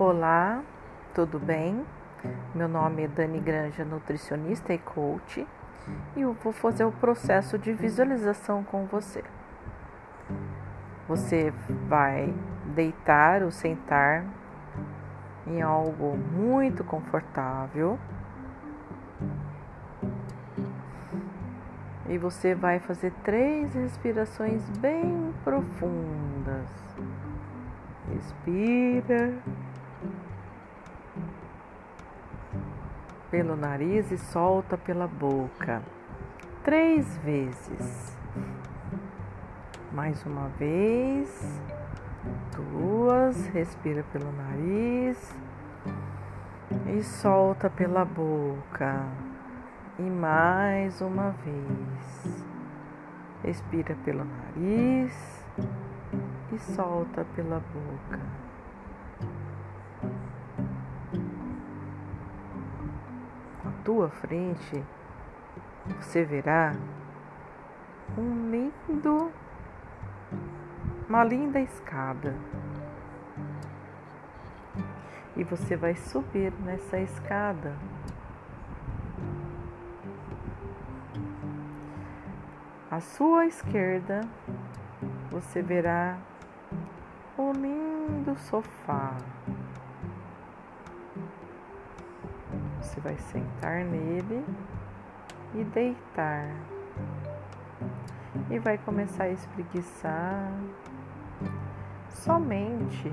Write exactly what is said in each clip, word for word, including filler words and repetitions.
Olá, tudo bem? Meu nome é Dani Granja, nutricionista e coach, e eu vou fazer o processo de visualização com você. Você vai deitar ou sentar em algo muito confortável e você vai fazer três respirações bem profundas. Respira pelo nariz e solta pela boca. Três vezes. Mais uma vez. Duas. Respira pelo nariz e solta pela boca. E mais uma vez. Respira pelo nariz e solta pela boca. À tua frente, você verá um lindo, uma linda escada. E você vai subir nessa escada. À sua esquerda, você verá um lindo sofá. Você vai sentar nele e deitar. E vai começar a espreguiçar. Somente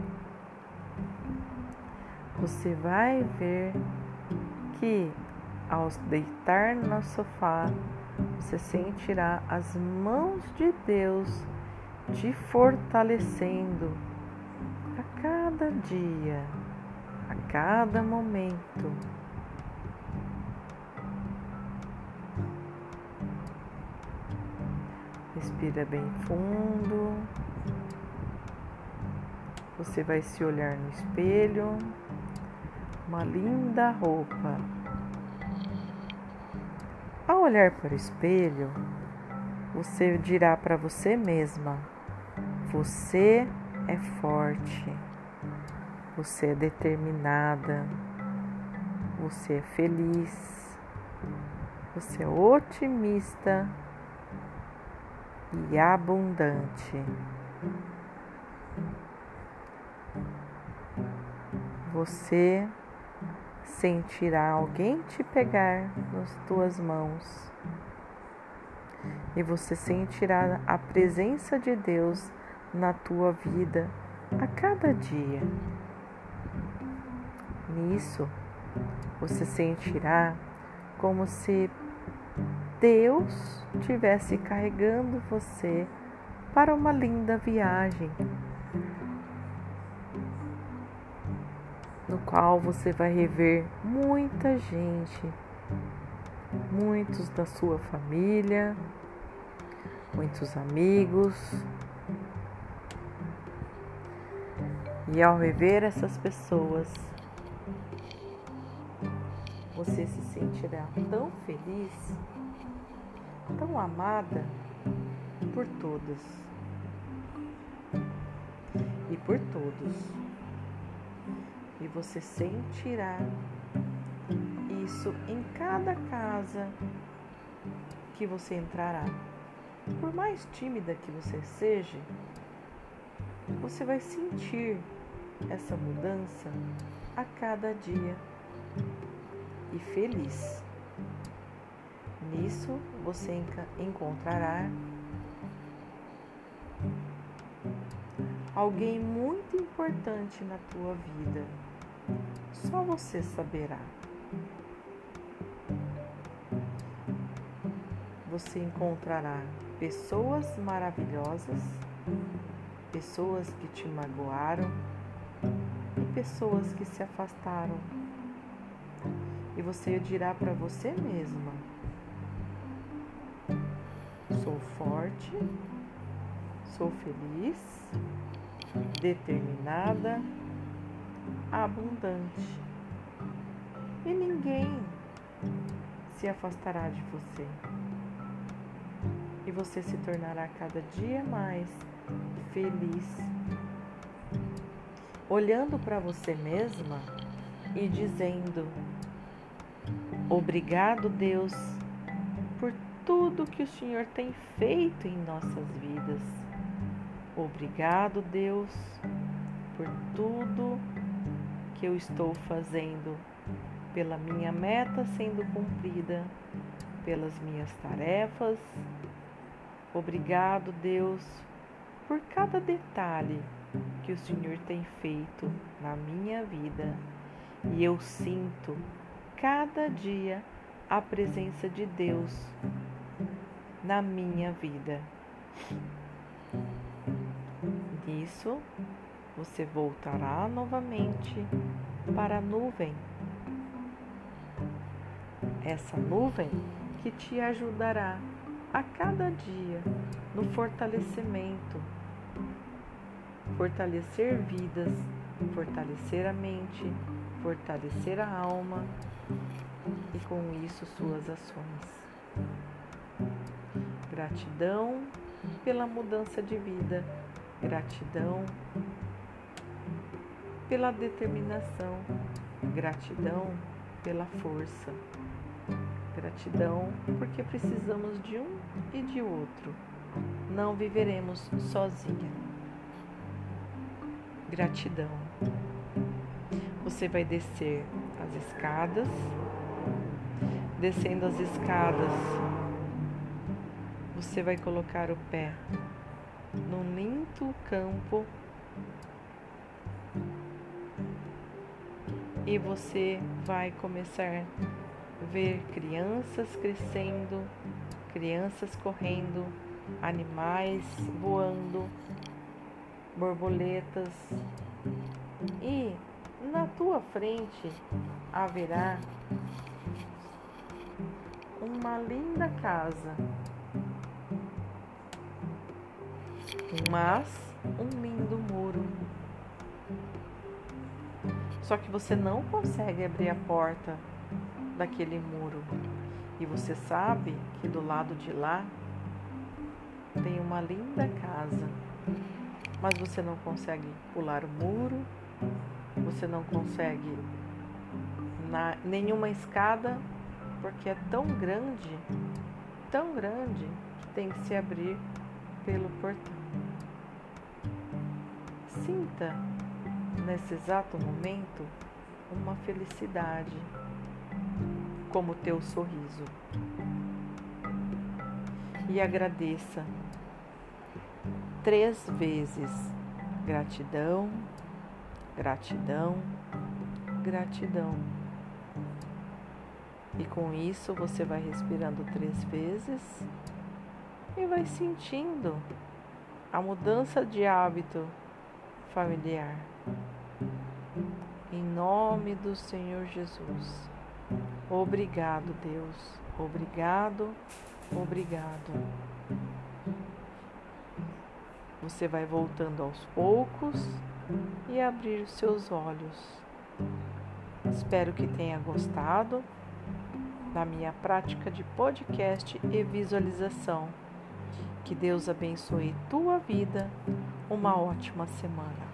você vai ver que ao deitar no sofá, você sentirá as mãos de Deus te fortalecendo a cada dia, a cada momento. Respira bem fundo. Você vai se olhar no espelho. Uma linda roupa. Ao olhar para o espelho, você dirá para você mesma: você é forte, você é determinada, você é feliz, você é otimista e abundante. Você sentirá alguém te pegar nas tuas mãos e você sentirá a presença de Deus na tua vida a cada dia. Nisso, você sentirá como se Deus estivesse carregando você para uma linda viagem, no qual você vai rever muita gente, muitos da sua família, muitos amigos. E ao rever essas pessoas, você se sentirá tão feliz, tão amada por todas e por todos. E você sentirá isso em cada casa que você entrará. Por mais tímida que você seja, você vai sentir essa mudança a cada dia e feliz. Nisso você encontrará alguém muito importante na tua vida. Só você saberá. Você encontrará pessoas maravilhosas, pessoas que te magoaram e pessoas que se afastaram. E você dirá para você mesma: sou forte, sou feliz, determinada, abundante. E ninguém se afastará de você. E você se tornará cada dia mais feliz olhando para você mesma e dizendo: obrigado, Deus, por tudo que o Senhor tem feito em nossas vidas. Obrigado, Deus, por tudo que eu estou fazendo, pela minha meta sendo cumprida, pelas minhas tarefas. Obrigado, Deus, por cada detalhe que o Senhor tem feito na minha vida. E eu sinto cada dia a presença de Deus na minha vida. Nisso, você voltará novamente para a nuvem. Essa nuvem que te ajudará a cada dia no fortalecimento, fortalecer vidas, fortalecer a mente, fortalecer a alma e com isso suas ações. Gratidão pela mudança de vida, gratidão pela determinação, gratidão pela força, gratidão porque precisamos de um e de outro, não viveremos sozinha. Gratidão. Você vai descer as escadas, descendo as escadas, você vai colocar o pé num lindo campo e você vai começar a ver crianças crescendo, crianças correndo, animais voando, borboletas, e na tua frente haverá uma linda casa, mas um lindo muro. Só que você não consegue abrir a porta daquele muro. E você sabe que do lado de lá tem uma linda casa. Mas você não consegue pular o muro, você não consegue na, nenhuma escada, porque é tão grande, tão grande, que tem que se abrir pelo portão. Sinta nesse exato momento uma felicidade, como teu sorriso, e agradeça três vezes: gratidão, gratidão, gratidão. E com isso você vai respirando três vezes e vai sentindo a mudança de hábito familiar. Em nome do Senhor Jesus. Obrigado, Deus. Obrigado, obrigado. Você vai voltando aos poucos e abrir os seus olhos. Espero que tenha gostado da minha prática de podcast e visualização. Que Deus abençoe tua vida. Uma ótima semana.